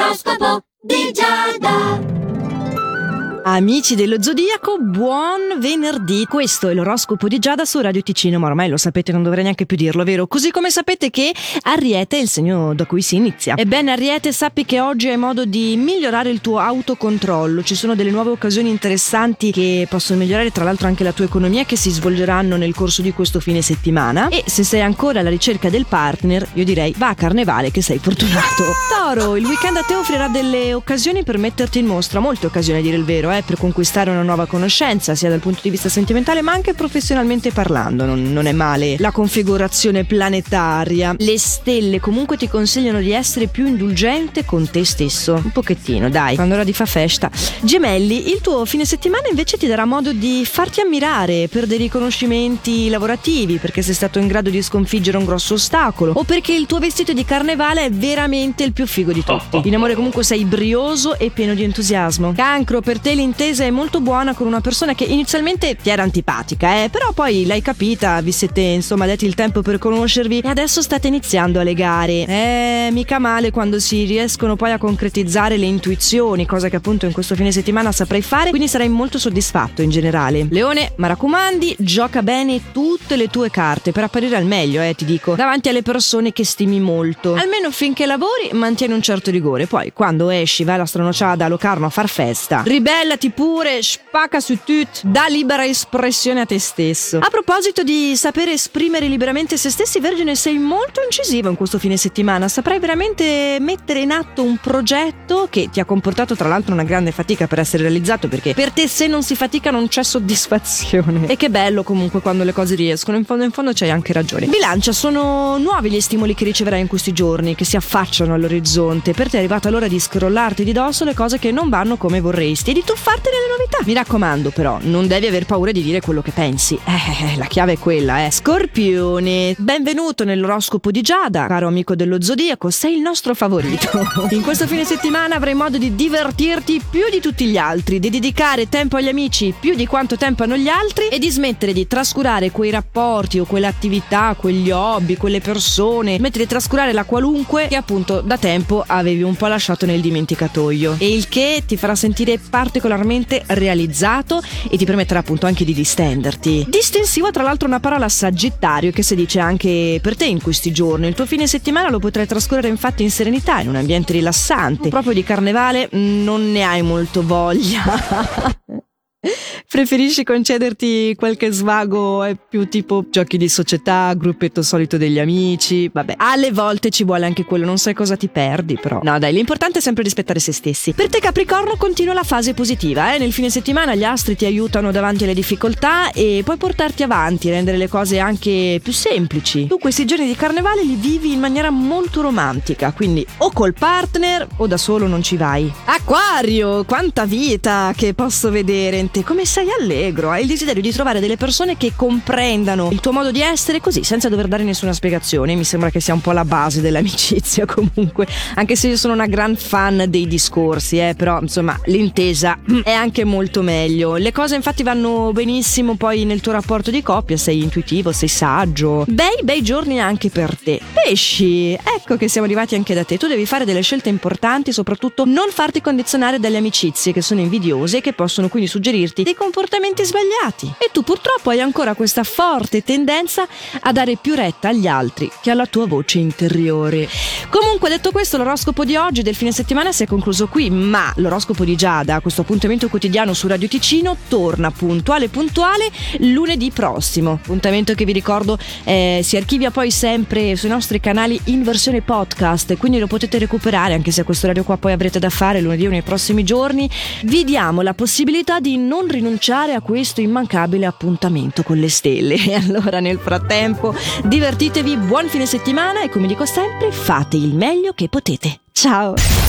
L'oroscopo di Giada. Amici dello Zodiaco, buon venerdì! Questo è l'oroscopo di Giada su Radio Ticino, ma ormai lo sapete, non dovrei neanche più dirlo, vero? Così come sapete che Ariete è il segno da cui si inizia. Ebbene, Ariete, sappi che oggi hai modo di migliorare il tuo autocontrollo. Ci sono delle nuove occasioni interessanti che possono migliorare tra l'altro anche la tua economia, che si svolgeranno nel corso di questo fine settimana. E se sei ancora alla ricerca del partner, io direi va a Carnevale che sei fortunato. Toro, il weekend a te offrirà delle occasioni per metterti in mostra, molte occasioni a dire il vero, per conquistare una nuova conoscenza, sia dal punto di vista sentimentale ma anche professionalmente parlando. Non è male la configurazione planetaria. Le stelle comunque ti consigliano di essere più indulgente con te stesso, un pochettino, dai, quando è ora di fa festa. Gemelli, il tuo fine settimana invece ti darà modo di farti ammirare per dei riconoscimenti lavorativi, perché sei stato in grado di sconfiggere un grosso ostacolo o perché il tuo vestito di carnevale è veramente il più figo di tutti. In amore comunque sei brioso e pieno di entusiasmo. Cancro, per te l'intesa è molto buona con una persona che inizialmente ti era antipatica, però poi l'hai capita, vi siete insomma dati il tempo per conoscervi e adesso state iniziando a legare. Mica male quando si riescono poi a concretizzare le intuizioni, cosa che appunto in questo fine settimana saprai fare, quindi sarai molto soddisfatto in generale. Leone, mi raccomandi, gioca bene tutte le tue carte per apparire al meglio, ti dico, davanti alle persone che stimi molto. Almeno finché lavori mantieni un certo rigore, poi quando esci vai alla Stronociada a Locarno a far festa, ribellati pure, spacca su tut, dà libera espressione a te stesso. A proposito di sapere esprimere liberamente se stessi, Vergine, sei molto incisivo in questo fine settimana, saprai veramente mettere in atto un progetto che ti ha comportato tra l'altro una grande fatica per essere realizzato, perché per te se non si fatica non c'è soddisfazione. E che bello comunque quando le cose riescono, in fondo c'hai anche ragione. Bilancia, sono nuovi gli stimoli che riceverai in questi giorni, che si affacciano all'orizzonte. Per te è arrivata l'ora di scrollarti di dosso le cose che non vanno come vorresti e di tuffarti nelle novità. Mi raccomando però, non devi aver paura di dire quello che pensi. La chiave è quella, Scorpione, benvenuto nell'oroscopo di Giada, caro amico dello Zodiaco, sei il nostro favorito. In questo fine settimana avrai modo di divertirti più di tutti gli altri, di dedicare tempo agli amici più di quanto tempo hanno gli altri e di smettere di trascurare quei rapporti o quelle attività, quegli hobby, quelle persone, smettere di trascurare la qualunque che appunto da tempo avevi un po' lasciato nel dimenticatoio, e il che ti farà sentire particolarmente realizzato e ti permetterà appunto anche di distenderti. Distensivo tra l'altro una parola Sagittario che si dice anche per te in questi giorni. Il tuo fine settimana lo potrai trascorrere infatti in serenità, in un ambiente rilassante. Proprio di carnevale non ne hai molto voglia. Preferisci concederti qualche svago più tipo giochi di società, gruppetto solito degli amici? Vabbè, alle volte ci vuole anche quello, non sai cosa ti perdi però. No dai, l'importante è sempre rispettare se stessi. Per te Capricorno continua la fase positiva, Nel fine settimana gli astri ti aiutano davanti alle difficoltà e puoi portarti avanti, rendere le cose anche più semplici. Tu questi giorni di carnevale li vivi in maniera molto romantica, quindi o col partner o da solo non ci vai. Acquario, quanta vita che posso vedere in te, come sei allegro, hai il desiderio di trovare delle persone che comprendano il tuo modo di essere così, senza dover dare nessuna spiegazione. Mi sembra che sia un po' la base dell'amicizia comunque, anche se io sono una gran fan dei discorsi, però insomma l'intesa è anche molto meglio. Le cose infatti vanno benissimo poi nel tuo rapporto di coppia, sei intuitivo, sei saggio. Bei giorni anche per te. Pesci, ecco che siamo arrivati anche da te. Tu devi fare delle scelte importanti, soprattutto non farti condizionare dalle amicizie che sono invidiose e che possono quindi suggerirti dei comportamenti sbagliati, e tu purtroppo hai ancora questa forte tendenza a dare più retta agli altri che alla tua voce interiore. Comunque, detto questo, l'oroscopo di oggi del fine settimana si è concluso qui, ma l'oroscopo di Giada, questo appuntamento quotidiano su Radio Ticino, torna puntuale lunedì prossimo. Appuntamento che vi ricordo si archivia poi sempre sui nostri canali in versione podcast, quindi lo potete recuperare anche se a questo orario qua poi avrete da fare lunedì o nei prossimi giorni. Vi diamo la possibilità di non rinunciare a questo immancabile appuntamento con le stelle. E allora nel frattempo divertitevi, buon fine settimana e come dico sempre fate il meglio che potete. Ciao!